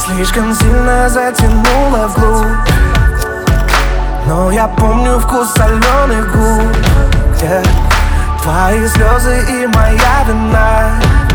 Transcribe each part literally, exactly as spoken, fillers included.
Слишком сильно затянуло вглубь, но я помню вкус соленых губ, yeah. Твои слезы и моя вина,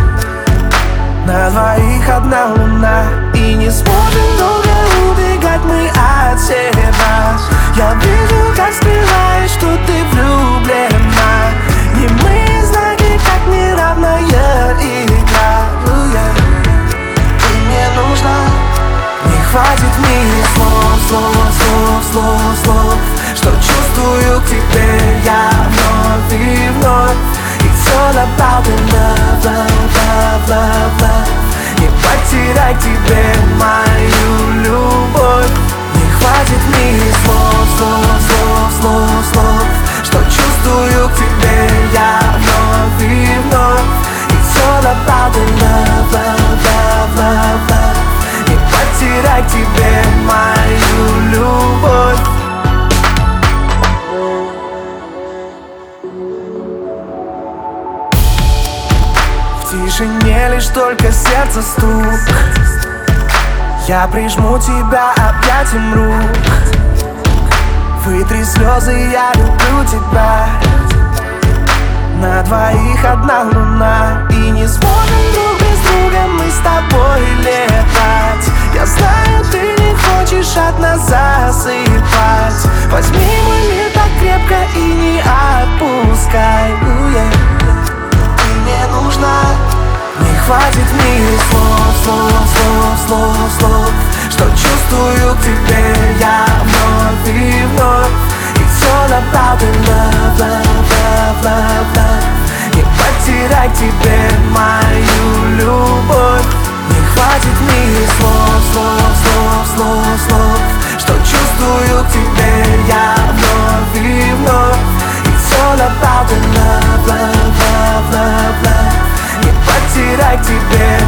на двоих одна луна. И не сможем долго убегать мы от себя. Я вижу, как скрываешь, что ты влюблена. Немые знаки, как неравная игра, yeah. Ты мне нужна. Не хватит мне слов, слов, слов, слов, слов, что чувствую к тебе я вновь и вновь. It's all about the love, love, love, love, love. Не потерять тебе мою любовь. Не хватит мне слов, слов, слов, слов, слов, что чувствую к тебе я вновь и вновь. It's all about the love, love, love, love, love. Не потерять тебе мою любовь. В тишине лишь только сердце стук. Я прижму тебя объятием рук. Вытри слезы, я люблю тебя. На двоих одна луна. И не сможем друг без друга мы с тобой летать. Я знаю, ты не хочешь от нас засыпать. Возьми мой мир так крепко и не отпускай, yeah. Ты мне нужна. Не хватит мне слов, слов, слов, слов, слов, что чувствую к тебе я вновь и вновь. It's all about the love, love, love, love, love. Не потерять тебе мою любовь. Не хватит мне слов, слов, слов, слов, слов, что чувствую к тебе я вновь и вновь. It's all about the love, love, love, love, love. Не потерять тебе